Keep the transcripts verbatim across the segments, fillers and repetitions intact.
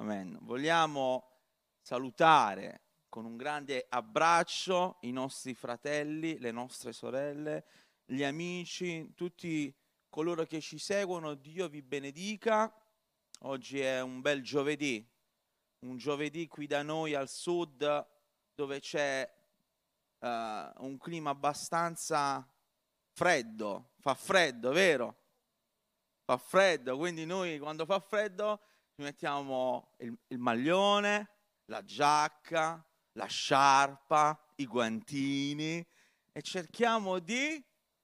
Amen. Vogliamo salutare con un grande abbraccio i nostri fratelli, le nostre sorelle, gli amici, tutti coloro che ci seguono. Dio vi benedica. Oggi è un bel giovedì, un giovedì qui da noi al sud, dove c'è uh, un clima abbastanza freddo, fa freddo, vero? Fa freddo, quindi noi quando fa freddo ci mettiamo il, il maglione, la giacca, la sciarpa, i guantini e cerchiamo di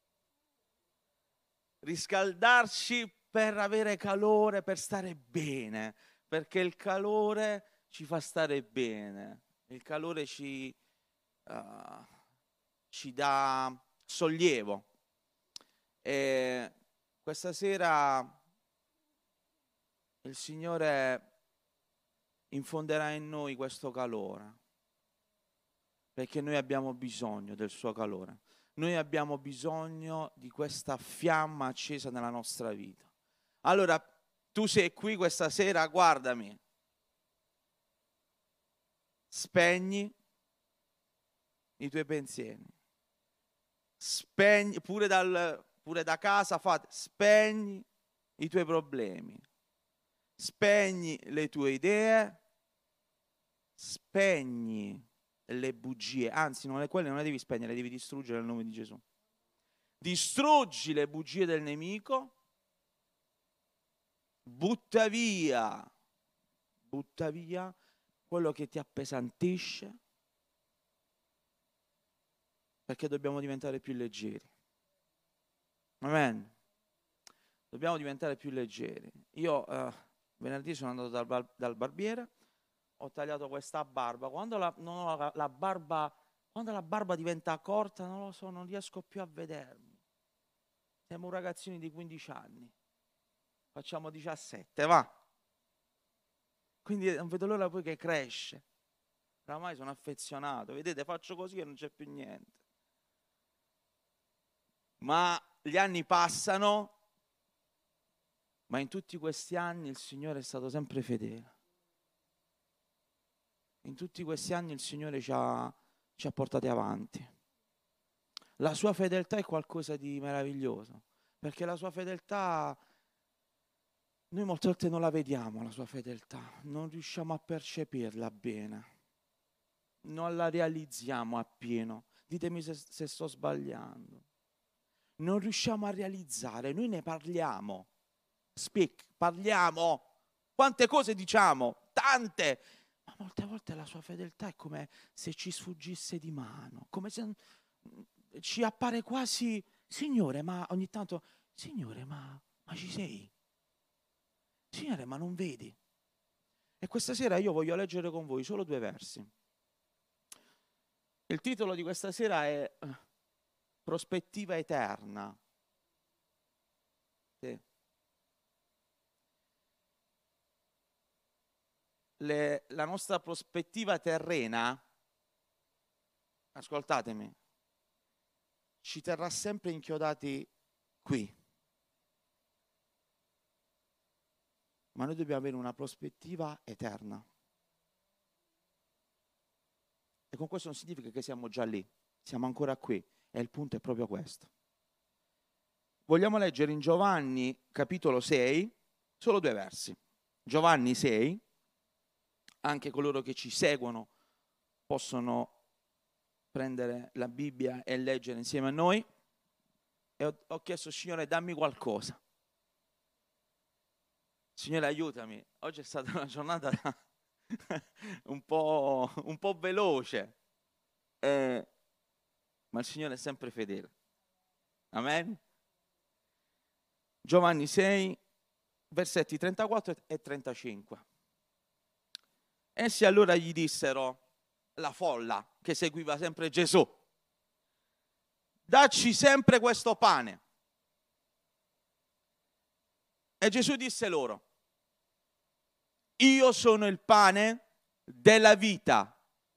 riscaldarci per avere calore, per stare bene, perché il calore ci fa stare bene, il calore ci, uh, ci dà sollievo. E questa sera il Signore infonderà in noi questo calore, perché noi abbiamo bisogno del suo calore. Noi abbiamo bisogno di questa fiamma accesa nella nostra vita. Allora, tu sei qui questa sera, guardami. Spegni i tuoi pensieri. Spegni, pure, dal, pure da casa fate, spegni i tuoi problemi. Spegni le tue idee. Spegni le bugie, anzi non le, quelle non le devi spegnere, le devi distruggere nel nome di Gesù. Distruggi le bugie del nemico, butta via, butta via quello che ti appesantisce, perché dobbiamo diventare più leggeri. Amen. Dobbiamo diventare più leggeri. Io eh, venerdì sono andato dal, bar, dal barbiere, ho tagliato questa barba. Quando la, non ho la, la barba, quando la barba diventa corta, non lo so, non riesco più a vedermi. Siamo ragazzini di quindici anni, facciamo diciassette, va. Quindi non vedo l'ora poi che cresce. Oramai sono affezionato, vedete, faccio così e non c'è più niente. Ma gli anni passano, ma in tutti questi anni il Signore è stato sempre fedele. In tutti questi anni il Signore ci ha, ci ha portati avanti. La sua fedeltà è qualcosa di meraviglioso, perché la sua fedeltà, noi molte volte non la vediamo, la sua fedeltà, non riusciamo a percepirla bene, non la realizziamo appieno. Ditemi se, se sto sbagliando. Non riusciamo a realizzare, noi ne parliamo, speak, parliamo, quante cose diciamo, tante. Ma molte volte la sua fedeltà è come se ci sfuggisse di mano, come se ci appare quasi, Signore, ma ogni tanto, Signore, ma, ma ci sei? Signore, ma non vedi? E questa sera io voglio leggere con voi solo due versi. Il titolo di questa sera è Prospettiva eterna. Sì. Le, la nostra prospettiva terrena, ascoltatemi, ci terrà sempre inchiodati qui. Ma noi dobbiamo avere una prospettiva eterna. E con questo non significa che siamo già lì, siamo ancora qui. E il punto è proprio questo. Vogliamo leggere in Giovanni capitolo sei, solo due versi. Giovanni sei. Anche coloro che ci seguono possono prendere la Bibbia e leggere insieme a noi. E ho, ho chiesto, Signore, dammi qualcosa. Signore, aiutami. Oggi è stata una giornata un po', un po' veloce, eh, ma il Signore è sempre fedele. Amen. Giovanni sei, versetti trentaquattro e trentacinque. Essi allora gli dissero, la folla che seguiva sempre Gesù, dacci sempre questo pane. E Gesù disse loro, io sono il pane della vita.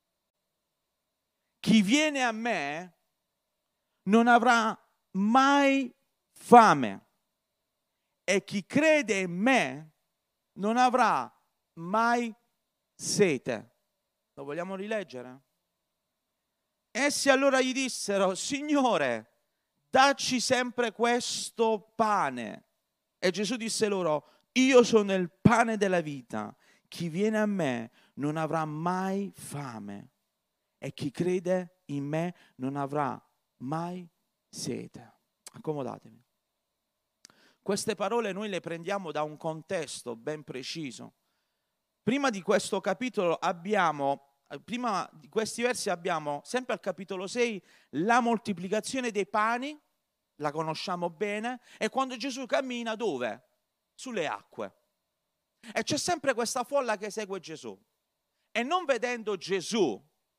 Chi viene a me non avrà mai fame e chi crede in me non avrà mai sete. Lo vogliamo rileggere? Essi allora gli dissero: Signore, dacci sempre questo pane. E Gesù disse loro: io sono il pane della vita. Chi viene a me non avrà mai fame, e chi crede in me non avrà mai sete. Accomodatevi. Queste parole noi le prendiamo da un contesto ben preciso. Prima di questo capitolo abbiamo, prima di questi versi abbiamo, sempre al capitolo sei, la moltiplicazione dei pani, la conosciamo bene, e quando Gesù cammina dove? Sulle acque. E c'è sempre questa folla che segue Gesù. E non vedendo Gesù,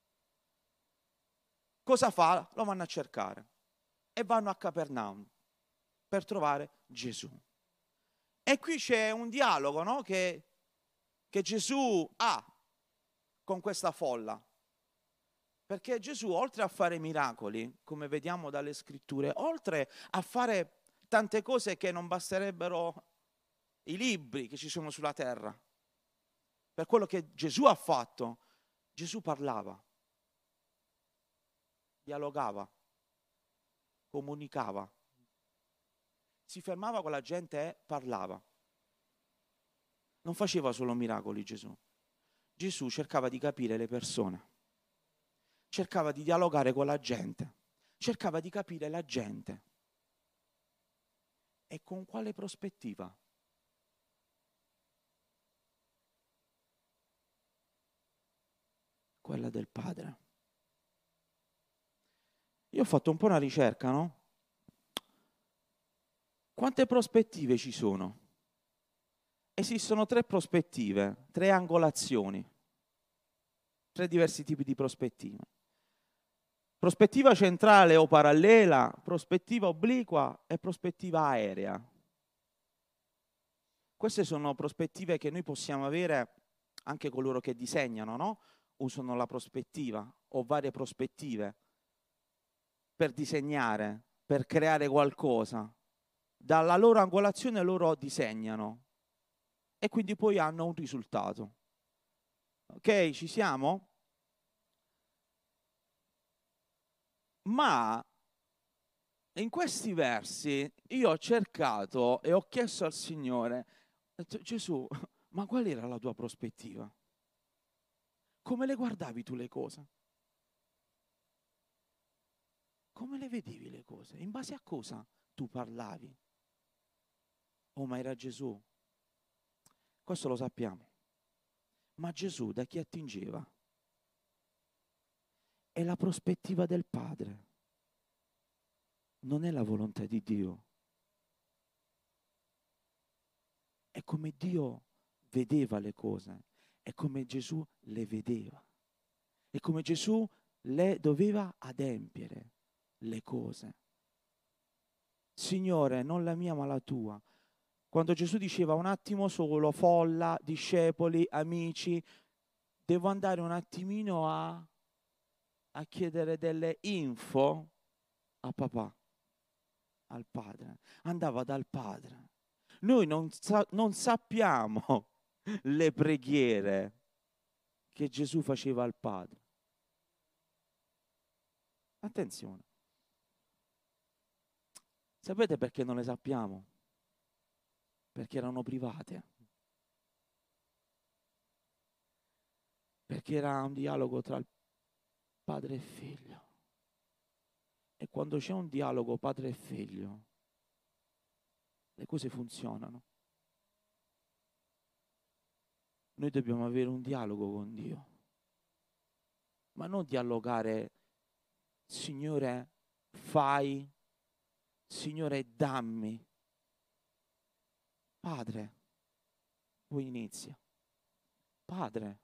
cosa fa? Lo vanno a cercare. E vanno a Capernaum per trovare Gesù. E qui c'è un dialogo, no? che, che Gesù ha con questa folla. Perché Gesù, oltre a fare miracoli, come vediamo dalle scritture, oltre a fare tante cose che non basterebbero i libri che ci sono sulla terra, per quello che Gesù ha fatto, Gesù parlava, dialogava, comunicava, si fermava con la gente e parlava. Non faceva solo miracoli Gesù. Gesù cercava di capire le persone, cercava di dialogare con la gente, cercava di capire la gente. E con quale prospettiva? Quella del Padre. Io ho fatto un po' una ricerca, no? Quante prospettive ci sono? Esistono tre prospettive, tre angolazioni, tre diversi tipi di prospettive. Prospettiva centrale o parallela, prospettiva obliqua e prospettiva aerea. Queste sono prospettive che noi possiamo avere anche coloro che disegnano, no? Usano la prospettiva o varie prospettive per disegnare, per creare qualcosa. Dalla loro angolazione loro disegnano e quindi poi hanno un risultato. Ok, ci siamo? Ma in questi versi io ho cercato e ho chiesto al Signore, ho detto, Gesù, ma qual era la tua prospettiva? Come le guardavi tu le cose? Come le vedevi le cose? In base a cosa tu parlavi? Oh, ma era Gesù. Questo lo sappiamo. Ma Gesù da chi attingeva? È la prospettiva del Padre. Non è la volontà di Dio. È come Dio vedeva le cose. È come Gesù le vedeva. È come Gesù le doveva adempiere le cose. Signore, non la mia ma la tua. Quando Gesù diceva un attimo solo, folla, discepoli, amici, devo andare un attimino a, a chiedere delle info a papà, al padre. Andava dal padre. Noi non, sa- non sappiamo le preghiere che Gesù faceva al padre. Attenzione. Sapete perché non le sappiamo? Perché erano private. Perché era un dialogo tra il padre e figlio. E quando c'è un dialogo padre e figlio, le cose funzionano. Noi dobbiamo avere un dialogo con Dio, ma non dialogare, Signore, fai, Signore, dammi. Padre, voi inizia. Padre.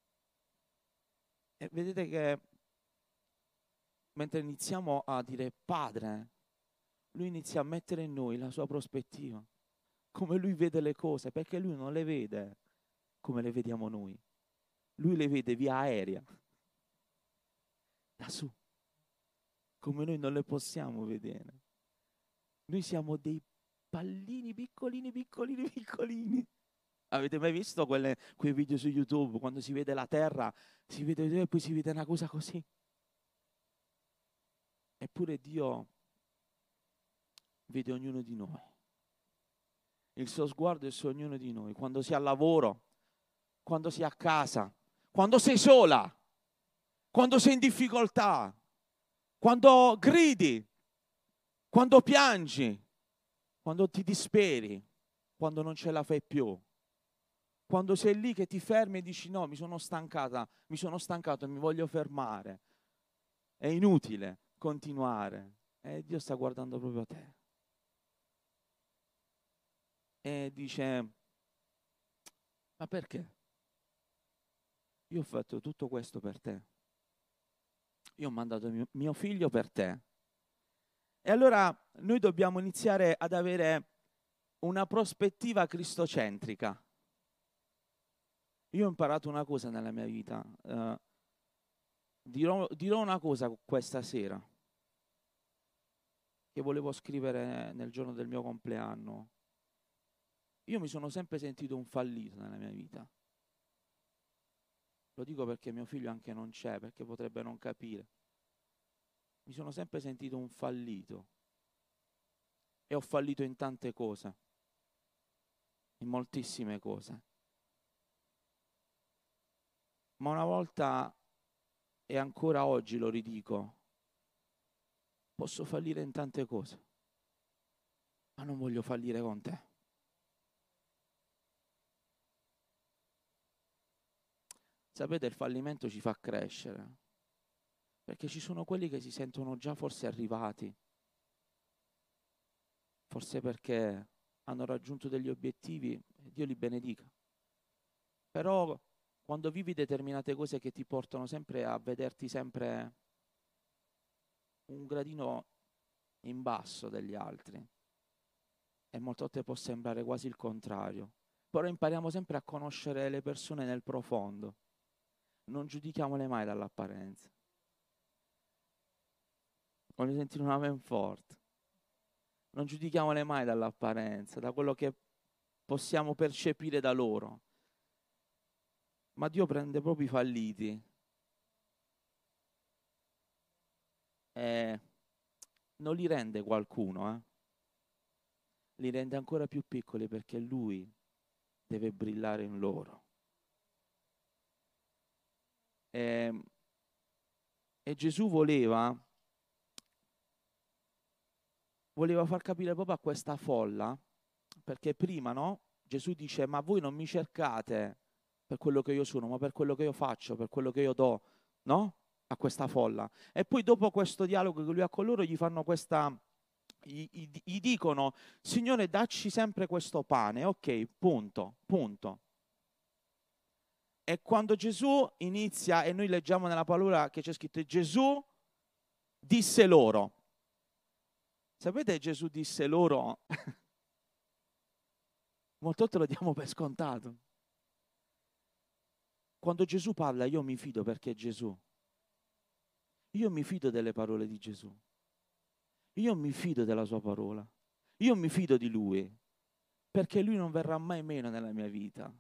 E vedete che mentre iniziamo a dire Padre, Lui inizia a mettere in noi la sua prospettiva, come Lui vede le cose, perché Lui non le vede come le vediamo noi. Lui le vede via aerea, da su, come noi non le possiamo vedere. Noi siamo dei pallini piccolini, piccolini, piccolini. Avete mai visto quelle, quei video su YouTube quando si vede la terra, si vede e poi si vede una cosa così? Eppure Dio vede ognuno di noi. Il suo sguardo è su ognuno di noi. Quando sei al lavoro, quando sei a casa, quando sei sola, quando sei in difficoltà, quando gridi, quando piangi, quando ti disperi, quando non ce la fai più. Quando sei lì che ti fermi e dici no, mi sono stancata, mi sono stancato e mi voglio fermare. È inutile continuare. E Dio sta guardando proprio te. E dice, ma perché? Io ho fatto tutto questo per te. Io ho mandato mio, mio figlio per te. E allora noi dobbiamo iniziare ad avere una prospettiva cristocentrica. Io ho imparato una cosa nella mia vita. Uh, dirò, dirò una cosa questa sera, che volevo scrivere nel giorno del mio compleanno. Io mi sono sempre sentito un fallito nella mia vita. Lo dico perché mio figlio anche non c'è, perché potrebbe non capire. Mi sono sempre sentito un fallito. E ho fallito in tante cose. In moltissime cose. Ma una volta, e ancora oggi lo ridico, posso fallire in tante cose, ma non voglio fallire con te. Sapete, il fallimento ci fa crescere, perché ci sono quelli che si sentono già forse arrivati, forse perché hanno raggiunto degli obiettivi, e Dio li benedica. Però quando vivi determinate cose che ti portano sempre a vederti sempre un gradino in basso degli altri, e molte volte può sembrare quasi il contrario, però impariamo sempre a conoscere le persone nel profondo. Non giudichiamole mai dall'apparenza. Voglio sentire una amen forte. Non giudichiamole mai dall'apparenza, da quello che possiamo percepire da loro. Ma Dio prende proprio i falliti e non li rende qualcuno, eh? Li rende ancora più piccoli perché Lui deve brillare in loro. E, e Gesù voleva, voleva far capire proprio a questa folla, perché prima, no? Gesù dice, ma voi non mi cercate per quello che io sono, ma per quello che io faccio, per quello che io do, no? A questa folla. E poi dopo questo dialogo che lui ha con loro, gli fanno questa, gli, gli, gli dicono, Signore, dacci sempre questo pane. Ok, punto, punto. E quando Gesù inizia, e noi leggiamo nella parola che c'è scritto, Gesù disse loro. Sapete, Gesù disse loro, molte volte lo diamo per scontato. Quando Gesù parla, io mi fido perché è Gesù. Io mi fido delle parole di Gesù. Io mi fido della sua parola. Io mi fido di Lui, perché Lui non verrà mai meno nella mia vita.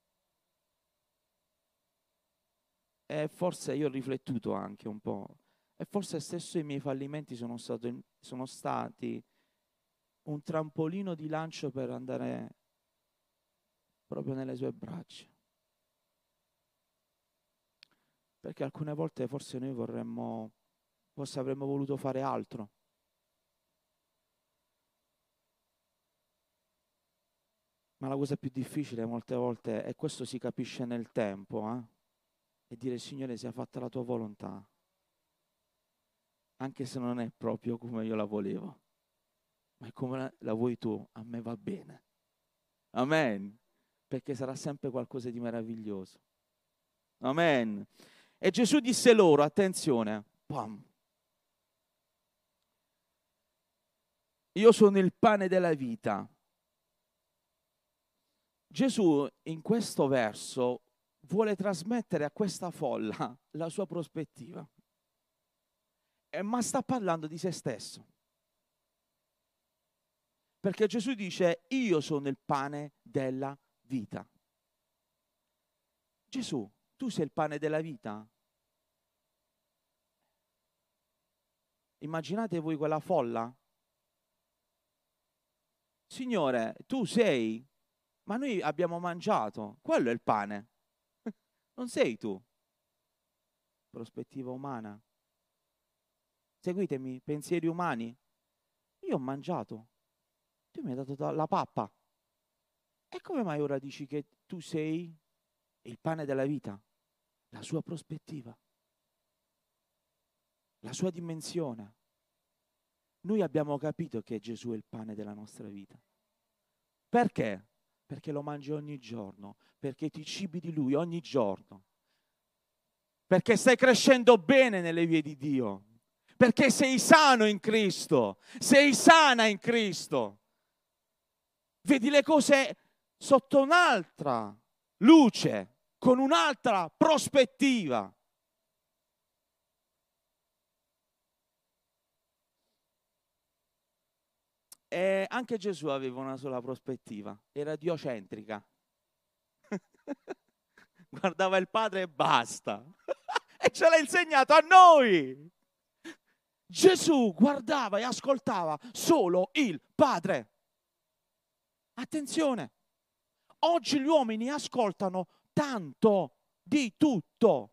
E forse io ho riflettuto anche un po', e forse stesso i miei fallimenti sono, stato, sono stati un trampolino di lancio per andare proprio nelle sue braccia. Perché alcune volte forse noi vorremmo, forse avremmo voluto fare altro. Ma la cosa più difficile molte volte, e questo si capisce nel tempo, eh, è dire Signore sia fatta la tua volontà, anche se non è proprio come io la volevo, ma è come la, la vuoi tu, a me va bene. Amen. Perché sarà sempre qualcosa di meraviglioso. Amen. E Gesù disse loro, attenzione, pam, io sono il pane della vita. Gesù in questo verso vuole trasmettere a questa folla la sua prospettiva, eh, ma sta parlando di se stesso. Perché Gesù dice, io sono il pane della vita. Gesù, tu sei il pane della vita? Immaginate voi quella folla. Signore, tu sei, ma noi abbiamo mangiato, quello è il pane. Non sei tu. Prospettiva umana. Seguitemi, pensieri umani. Io ho mangiato, tu mi hai dato la pappa. E come mai ora dici che tu sei il pane della vita? La sua prospettiva, la sua dimensione. Noi abbiamo capito che Gesù è il pane della nostra vita. Perché? Perché lo mangi ogni giorno, perché ti cibi di Lui ogni giorno, perché stai crescendo bene nelle vie di Dio, perché sei sano in Cristo, sei sana in Cristo. Vedi le cose sotto un'altra luce, con un'altra prospettiva. E anche Gesù aveva una sola prospettiva, era diocentrica. Guardava il Padre e basta. E ce l'ha insegnato a noi. Gesù guardava e ascoltava solo il Padre. Attenzione, oggi gli uomini ascoltano tanto di tutto.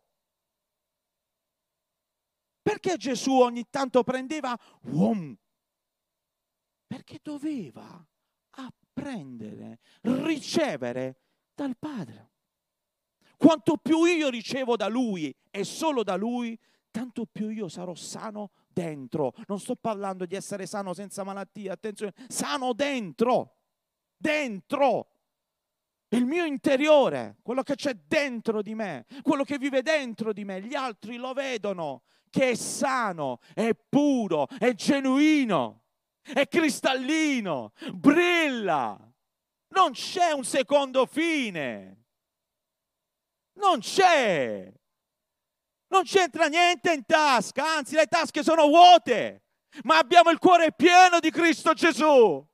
Perché Gesù ogni tanto prendeva uom? Perché doveva apprendere, ricevere dal Padre. Quanto più io ricevo da Lui e solo da Lui, tanto più io sarò sano dentro. Non sto parlando di essere sano senza malattie, attenzione, sano dentro, dentro. Il mio interiore, quello che c'è dentro di me, quello che vive dentro di me, gli altri lo vedono, che è sano, è puro, è genuino, è cristallino, brilla. Non c'è un secondo fine. Non c'è. Non c'entra niente in tasca, anzi le tasche sono vuote, ma abbiamo il cuore pieno di Cristo Gesù.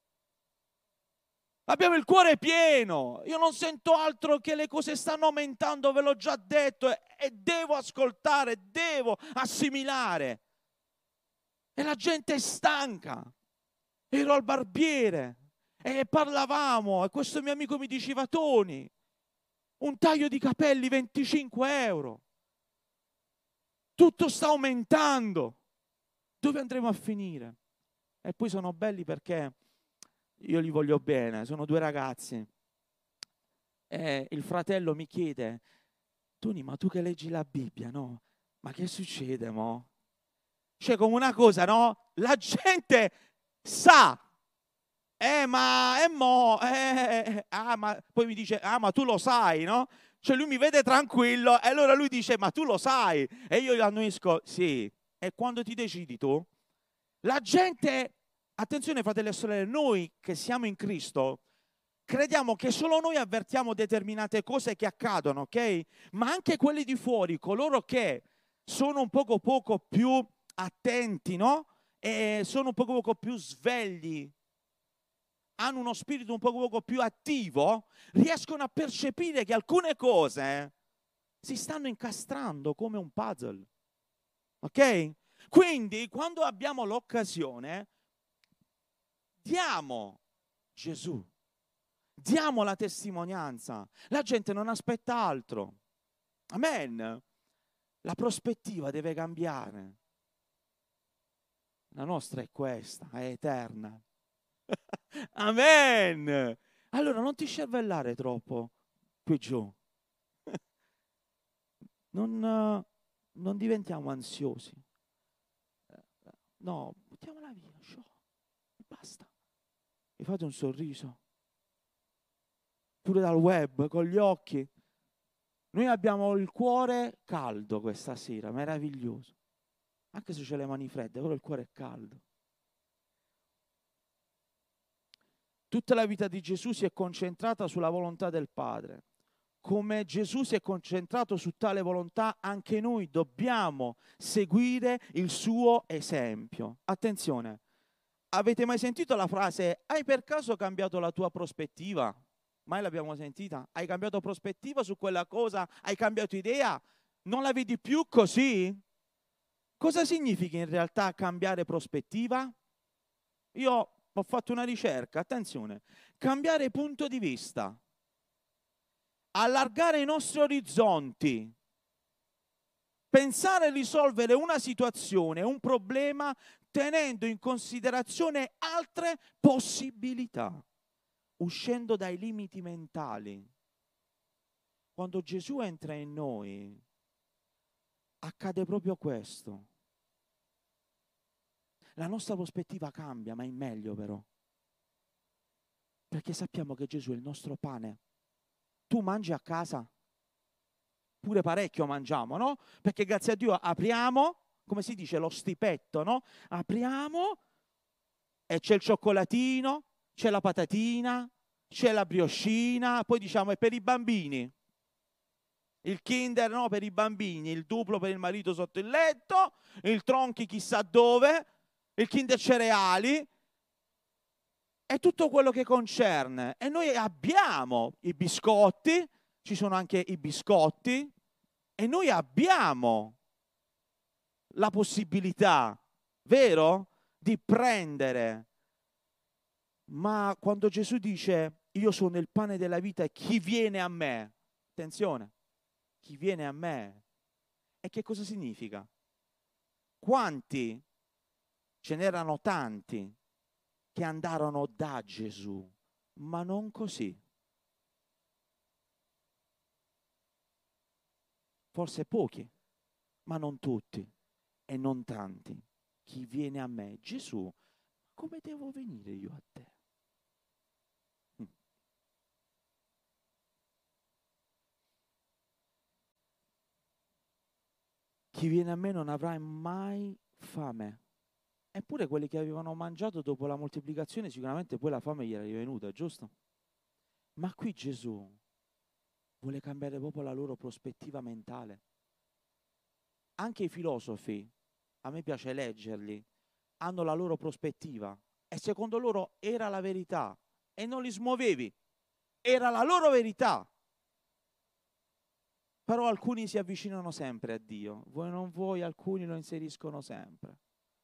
Abbiamo il cuore pieno. Io non sento altro che le cose stanno aumentando, ve l'ho già detto, e, e devo ascoltare, devo assimilare. E la gente è stanca. Ero al barbiere e parlavamo e questo mio amico mi diceva: Tony, un taglio di capelli venticinque euro. Tutto sta aumentando. Dove andremo a finire? E poi sono belli perché io li voglio bene, sono due ragazzi. E il fratello mi chiede: Tony, ma tu che leggi la Bibbia, no? Ma che succede, mo? Cioè, come una cosa, no? La gente sa. Eh, ma, eh, mo, eh, ah, ma, poi mi dice: ah, ma tu lo sai, no? Cioè, lui mi vede tranquillo e allora lui dice: ma tu lo sai? E io gli annuisco: sì. E quando ti decidi tu? La gente, attenzione fratelli e sorelle, noi che siamo in Cristo, crediamo che solo noi avvertiamo determinate cose che accadono, ok? Ma anche quelli di fuori, coloro che sono un poco poco più attenti, no? E sono un poco poco più svegli, hanno uno spirito un poco poco più attivo, riescono a percepire che alcune cose si stanno incastrando come un puzzle, ok? Quindi quando abbiamo l'occasione, diamo Gesù, diamo la testimonianza. La gente non aspetta altro. Amen. La prospettiva deve cambiare. La nostra è questa, è eterna. Amen. Allora non ti scervellare troppo qui giù. Non, non diventiamo ansiosi. No, buttiamola via, show. Basta. E fate un sorriso. Pure dal web, con gli occhi. Noi abbiamo il cuore caldo questa sera, meraviglioso. Anche se c'è le mani fredde, però il cuore è caldo. Tutta la vita di Gesù si è concentrata sulla volontà del Padre. Come Gesù si è concentrato su tale volontà, anche noi dobbiamo seguire il suo esempio. Attenzione, avete mai sentito la frase: hai per caso cambiato la tua prospettiva? Mai l'abbiamo sentita? Hai cambiato prospettiva su quella cosa? Hai cambiato idea? Non la vedi più così? Cosa significa in realtà cambiare prospettiva? Io ho fatto una ricerca, attenzione, cambiare punto di vista, allargare i nostri orizzonti, pensare a risolvere una situazione, un problema, tenendo in considerazione altre possibilità, uscendo dai limiti mentali. Quando Gesù entra in noi, accade proprio questo. La nostra prospettiva cambia, ma in meglio però. Perché sappiamo che Gesù è il nostro pane. Tu mangi a casa? Pure parecchio mangiamo, no? Perché grazie a Dio apriamo, come si dice, lo stipetto, no? Apriamo e c'è il cioccolatino, c'è la patatina, c'è la brioscina, poi diciamo è per i bambini. Il Kinder, no, per i bambini, il duplo per il marito sotto il letto, il Tronchi chissà dove, il Kinder cereali, è tutto quello che concerne. E noi abbiamo i biscotti, ci sono anche i biscotti, e noi abbiamo la possibilità, vero, di prendere. Ma quando Gesù dice io sono il pane della vita e chi viene a me, attenzione, chi viene a me, e che cosa significa? Quanti, ce n'erano tanti, che andarono da Gesù, ma non così. Forse pochi, ma non tutti e non tanti. Chi viene a me? Gesù, come devo venire io a te? Hm. Chi viene a me non avrà mai fame. Eppure quelli che avevano mangiato dopo la moltiplicazione sicuramente poi la fame gli era venuta, giusto? Ma qui Gesù vuole cambiare proprio la loro prospettiva mentale. Anche i filosofi, a me piace leggerli, hanno la loro prospettiva e secondo loro era la verità e non li smuovevi, era la loro verità. Però alcuni si avvicinano sempre a Dio, voi non voi, alcuni lo inseriscono sempre.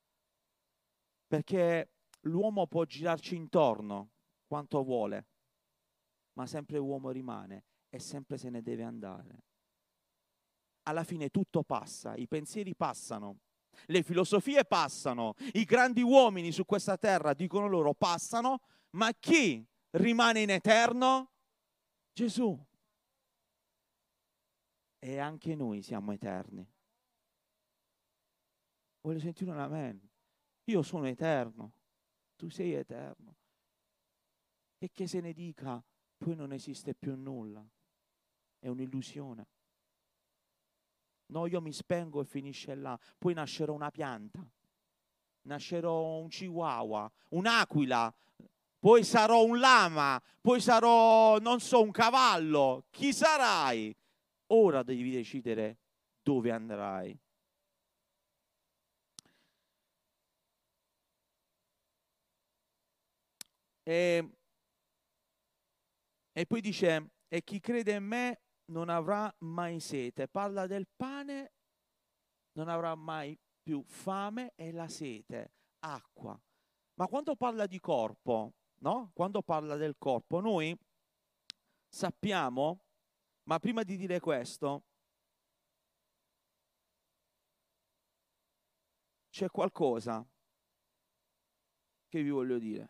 Perché l'uomo può girarci intorno quanto vuole, ma sempre uomo rimane e sempre se ne deve andare. Alla fine tutto passa, i pensieri passano, le filosofie passano, i grandi uomini su questa terra dicono loro passano, ma chi rimane in eterno? Gesù. E anche noi siamo eterni. Voglio sentire un amen. Io sono eterno, tu sei eterno. E che se ne dica, poi non esiste più nulla. È un'illusione. No, io mi spengo e finisce là. Poi nascerò una pianta, nascerò un chihuahua, un'aquila, poi sarò un lama, poi sarò, non so, un cavallo. Chi sarai? Ora devi decidere dove andrai. E, e poi dice, e chi crede in me non avrà mai sete. Parla del pane, non avrà mai più fame e la sete, acqua. Ma quando parla di corpo, no? Quando parla del corpo, noi sappiamo, ma prima di dire questo, c'è qualcosa che vi voglio dire.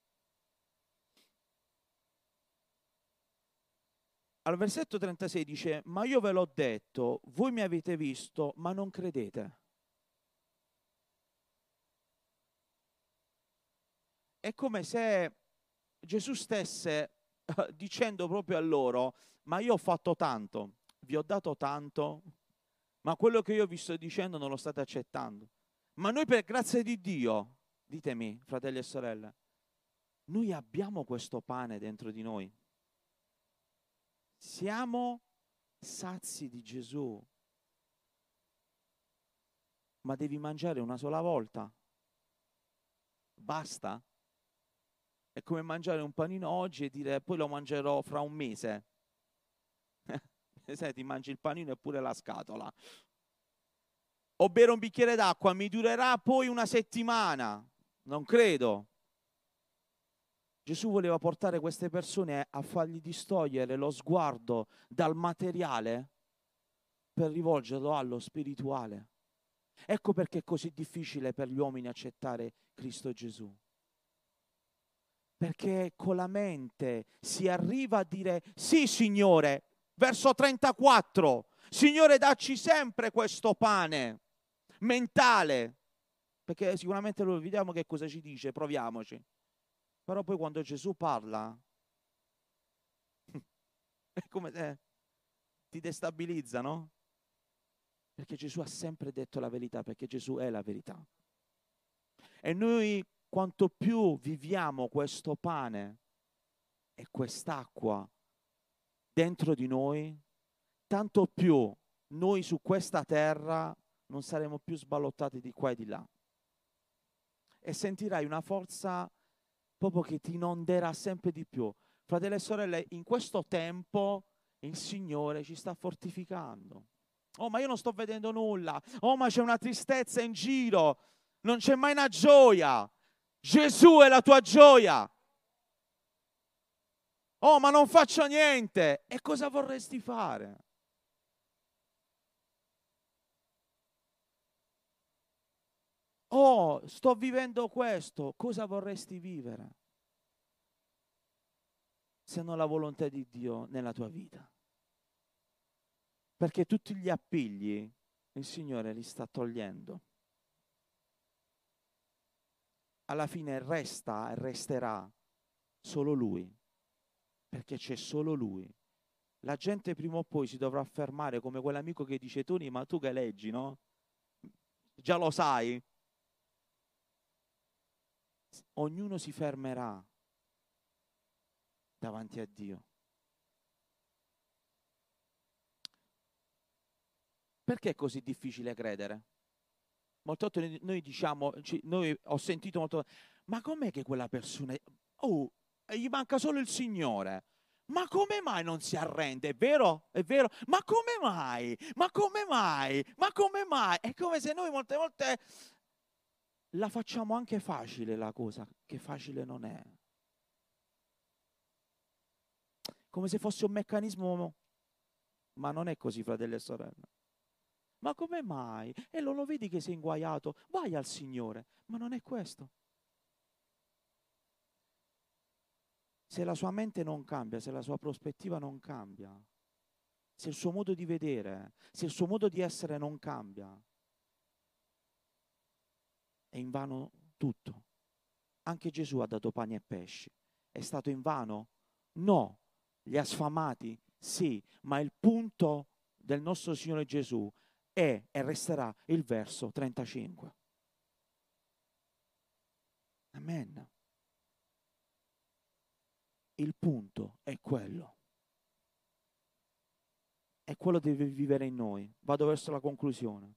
Al versetto trentasei dice, ma io ve l'ho detto, voi mi avete visto, ma non credete. È come se Gesù stesse uh, dicendo proprio a loro, ma io ho fatto tanto, vi ho dato tanto, ma quello che io vi sto dicendo non lo state accettando. Ma noi per grazia di Dio, ditemi, fratelli e sorelle, noi abbiamo questo pane dentro di noi. Siamo sazi di Gesù, ma devi mangiare una sola volta. Basta? È come mangiare un panino oggi e dire poi lo mangerò fra un mese. Senti, mangi il panino e pure la scatola. O bere un bicchiere d'acqua mi durerà poi una settimana. Non credo. Gesù voleva portare queste persone a fargli distogliere lo sguardo dal materiale per rivolgerlo allo spirituale. Ecco perché è così difficile per gli uomini accettare Cristo Gesù. Perché con la mente si arriva a dire sì, Signore, verso trentaquattro, Signore, dacci sempre questo pane mentale, perché sicuramente lo vediamo che cosa ci dice, proviamoci. Però poi quando Gesù parla è come se ti destabilizza, no? Perché Gesù ha sempre detto la verità, perché Gesù è la verità. E noi quanto più viviamo questo pane e quest'acqua dentro di noi, tanto più noi su questa terra non saremo più sballottati di qua e di là. E sentirai una forza proprio che ti inonderà sempre di più. Fratelli e sorelle, in questo tempo il Signore ci sta fortificando. Oh, ma io non sto vedendo nulla. Oh, ma c'è una tristezza in giro. Non c'è mai una gioia. Gesù è la tua gioia. Oh, ma non faccio niente. E cosa vorresti fare? Oh, sto vivendo questo. Cosa vorresti vivere? Se non la volontà di Dio nella tua vita. Perché tutti gli appigli il Signore li sta togliendo. Alla fine resta e resterà solo Lui, perché c'è solo Lui. La gente prima o poi si dovrà fermare come quell'amico che dice Tony, ma tu che leggi, no? Già lo sai. Ognuno si fermerà davanti a Dio. Perché è così difficile credere? Molte volte noi diciamo, noi ho sentito molto, ma com'è che quella persona, oh, gli manca solo il Signore? Ma come mai non si arrende? È vero? È vero? Ma come mai? Ma come mai? Ma come mai? È come se noi molte volte la facciamo anche facile la cosa, che facile non è. Come se fosse un meccanismo, ma non è così, fratelli e sorelle. Ma come mai? E non lo vedi che sei inguaiato? Vai al Signore. Ma non è questo. Se la sua mente non cambia, se la sua prospettiva non cambia, se il suo modo di vedere, se il suo modo di essere non cambia, è invano tutto. Anche Gesù ha dato pani e pesci. È stato invano? No. Li ha sfamati? Sì. Ma il punto del nostro Signore Gesù è e resterà il verso trentacinque. Amen. Il punto è quello. E quello deve vivere in noi. Vado verso la conclusione.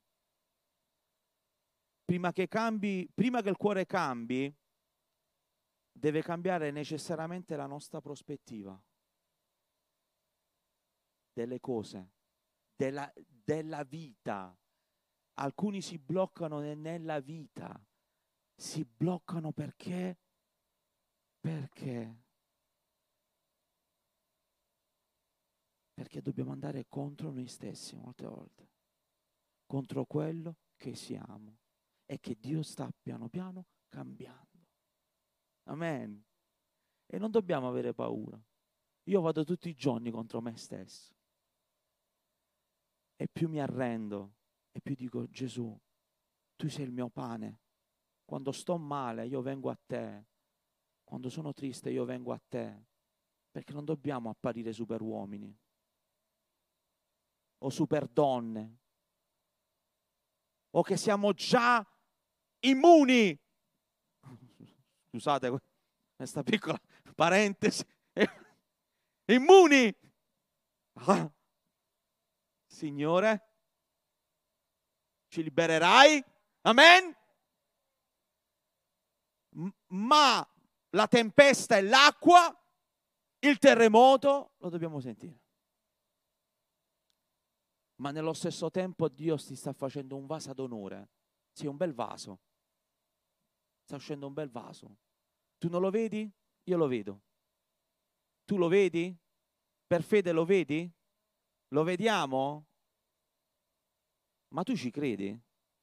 Prima che cambi, prima che il cuore cambi, deve cambiare necessariamente la nostra prospettiva delle cose, della, della vita. Alcuni si bloccano nella vita. Si bloccano perché? Perché? Perché dobbiamo andare contro noi stessi molte volte, contro quello che siamo e che Dio sta piano piano cambiando. Amen. E non dobbiamo avere paura. Io vado tutti i giorni contro me stesso. E più mi arrendo, e più dico, Gesù, tu sei il mio pane. Quando sto male io vengo a te. Quando sono triste io vengo a te. Perché non dobbiamo apparire super uomini o super donne o che siamo già immuni. Scusate questa piccola parentesi. Immuni. Ah. Signore, ci libererai? Amen? M- ma la tempesta e l'acqua, il terremoto, lo dobbiamo sentire. Ma nello stesso tempo Dio ti sta facendo un vaso d'onore. Sì, un bel vaso. Sta uscendo un bel vaso. Tu non lo vedi? Io lo vedo. Tu lo vedi? Per fede lo vedi? Lo vediamo? Ma tu ci credi?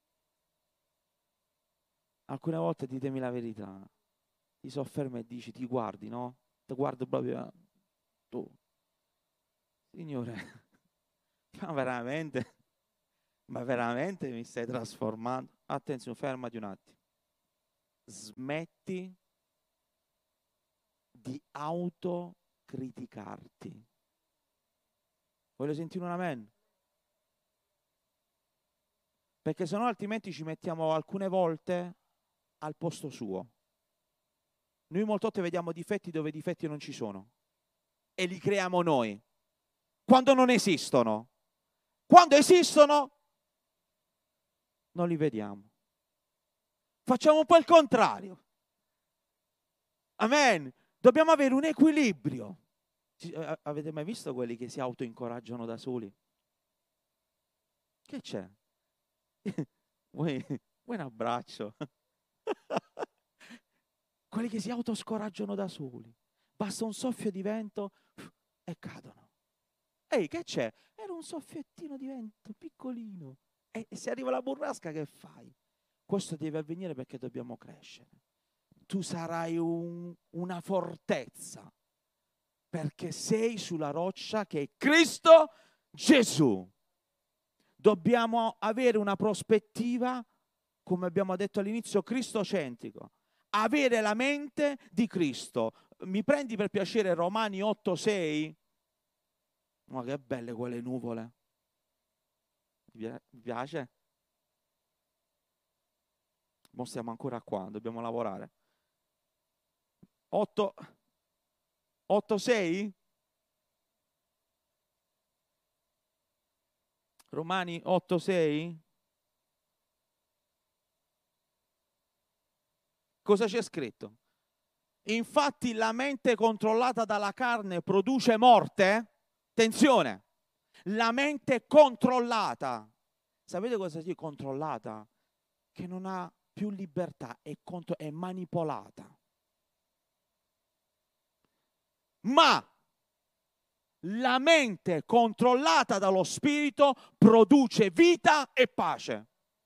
Alcune volte ditemi la verità. Ti soffermi e dici, ti guardi, no? Ti guardo proprio tu. Signore, ma veramente, ma veramente mi stai trasformando? Attenzione, fermati un attimo. Smetti di autocriticarti. Voglio sentire un amen? Perché se no altrimenti ci mettiamo alcune volte al posto suo. Noi molte volte vediamo difetti dove difetti non ci sono e li creiamo noi, quando non esistono. Quando esistono, non li vediamo. Facciamo un po' il contrario. Amen. Dobbiamo avere un equilibrio. Avete mai visto quelli che si autoincoraggiano da soli? Che c'è? Vuoi, vuoi un abbraccio? Quelli che si autoscoraggiano da soli. Basta un soffio di vento e cadono. Ehi, che c'è? Era un soffiettino di vento piccolino. E se arriva la burrasca, che fai? Questo deve avvenire perché dobbiamo crescere. Tu sarai un, una fortezza perché sei sulla roccia che è Cristo Gesù. Dobbiamo avere una prospettiva, come abbiamo detto all'inizio, cristocentrico. Avere la mente di Cristo. Mi prendi per piacere Romani otto sei? Ma che belle quelle nuvole. Vi piace? Ma stiamo ancora qua, dobbiamo lavorare. otto sei? Romani otto sei? Cosa c'è scritto? Infatti la mente controllata dalla carne produce morte. Attenzione, la mente controllata. Sapete cosa significa controllata? Che non ha più libertà, è, contro- è manipolata. Ma la mente controllata dallo Spirito produce vita e pace.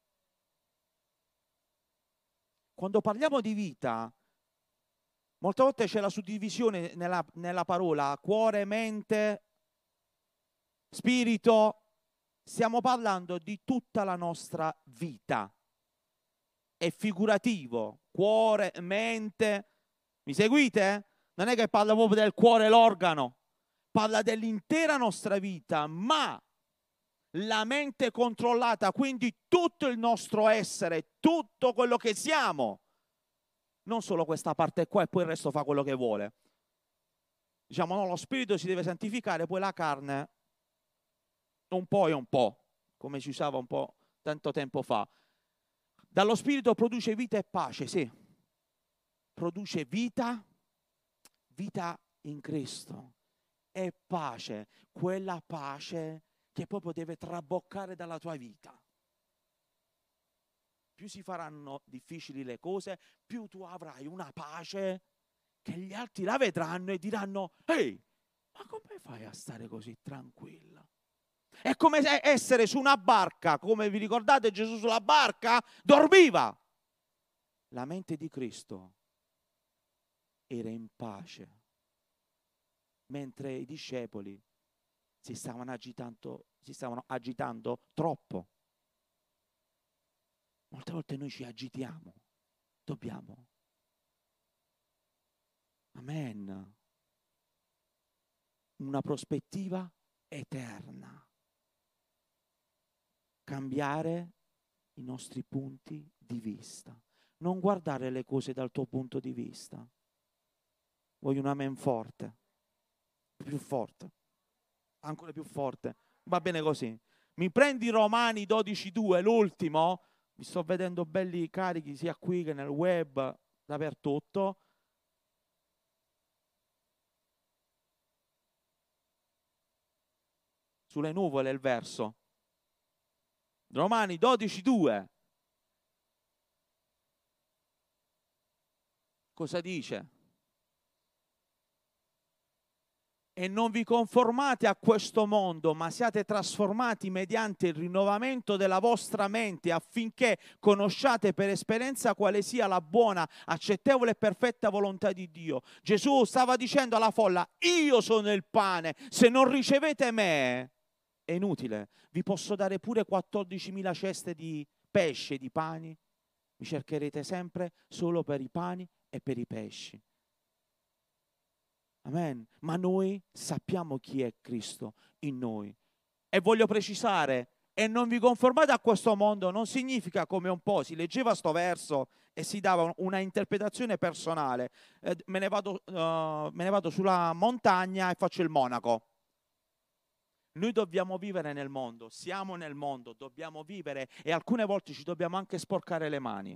Quando parliamo di vita, molte volte c'è la suddivisione nella, nella parola cuore, mente, spirito. Stiamo parlando di tutta la nostra vita. È figurativo, cuore, mente. Mi seguite? Non è che parla proprio del cuore, l'organo. Parla dell'intera nostra vita, ma la mente controllata, quindi tutto il nostro essere, tutto quello che siamo, non solo questa parte qua e poi il resto fa quello che vuole. Diciamo, no, lo spirito si deve santificare, poi la carne un po' e un po', come si usava un po' tanto tempo fa. Dallo spirito produce vita e pace, sì. Produce vita, vita in Cristo. E pace, quella pace che proprio deve traboccare dalla tua vita. Più si faranno difficili le cose, più tu avrai una pace che gli altri la vedranno e diranno: ehi, ma come fai a stare così tranquilla? È come essere su una barca, come vi ricordate Gesù sulla barca? Dormiva. La mente di Cristo era in pace, mentre i discepoli si stavano agitando, si stavano agitando troppo. Molte volte noi ci agitiamo, dobbiamo. Amen. Una prospettiva eterna. Cambiare i nostri punti di vista. Non guardare le cose dal tuo punto di vista. Voglio un amen forte. Più forte. Ancora più forte. Va bene così. Mi prendi Romani dodici due, l'ultimo. Vi sto vedendo belli carichi sia qui che nel web, dappertutto. sulle nuvole il verso. Romani dodici due. Cosa dice? E non vi conformate a questo mondo, ma siate trasformati mediante il rinnovamento della vostra mente, affinché conosciate per esperienza quale sia la buona, accettevole e perfetta volontà di Dio. Gesù stava dicendo alla folla: io sono il pane, se non ricevete me è inutile. Vi posso dare pure quattordicimila ceste di pesce, di pani, mi cercherete sempre solo per i pani e per i pesci. Amen. Ma noi sappiamo chi è Cristo in noi. E voglio precisare, e non vi conformate a questo mondo, non significa, come un po' si leggeva sto verso e si dava una interpretazione personale. Eh, me ne vado, uh, me ne vado sulla montagna e faccio il monaco. Noi dobbiamo vivere nel mondo, siamo nel mondo, dobbiamo vivere e alcune volte ci dobbiamo anche sporcare le mani.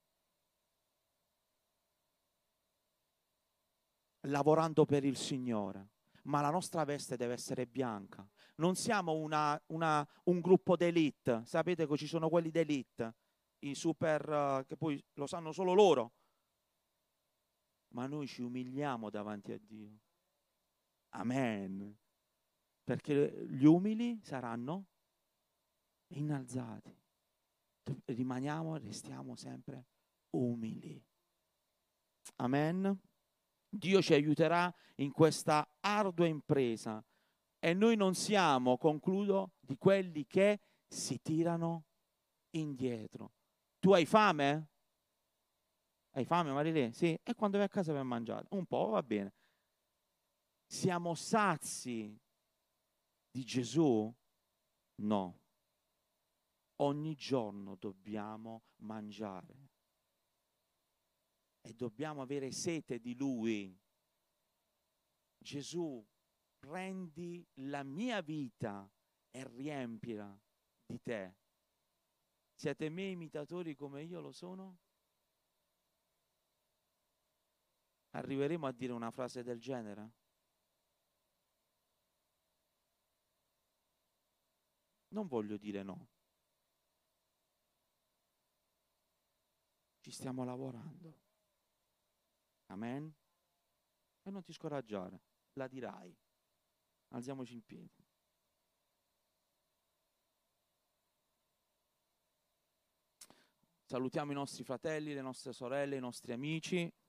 Lavorando per il Signore, ma la nostra veste deve essere bianca. Non siamo una, una, un gruppo d'elite, sapete che ci sono quelli d'elite, i super, uh, che poi lo sanno solo loro, ma noi ci umiliamo davanti a Dio. Amen. Perché gli umili saranno innalzati. Rimaniamo, restiamo sempre umili. Amen. Dio ci aiuterà in questa ardua impresa e noi non siamo, concludo, di quelli che si tirano indietro. Tu hai fame? Hai fame, Marilè? Sì. E quando vai a casa per mangiare? Un po', va bene. Siamo sazi di Gesù? No. Ogni giorno dobbiamo mangiare. E dobbiamo avere sete di Lui. Gesù, prendi la mia vita e riempila di te. Siete miei imitatori come io lo sono? Arriveremo a dire una frase del genere? Non voglio dire no. Ci stiamo lavorando. Amen? E non ti scoraggiare, la dirai. Alziamoci in piedi. Salutiamo i nostri fratelli, le nostre sorelle, i nostri amici.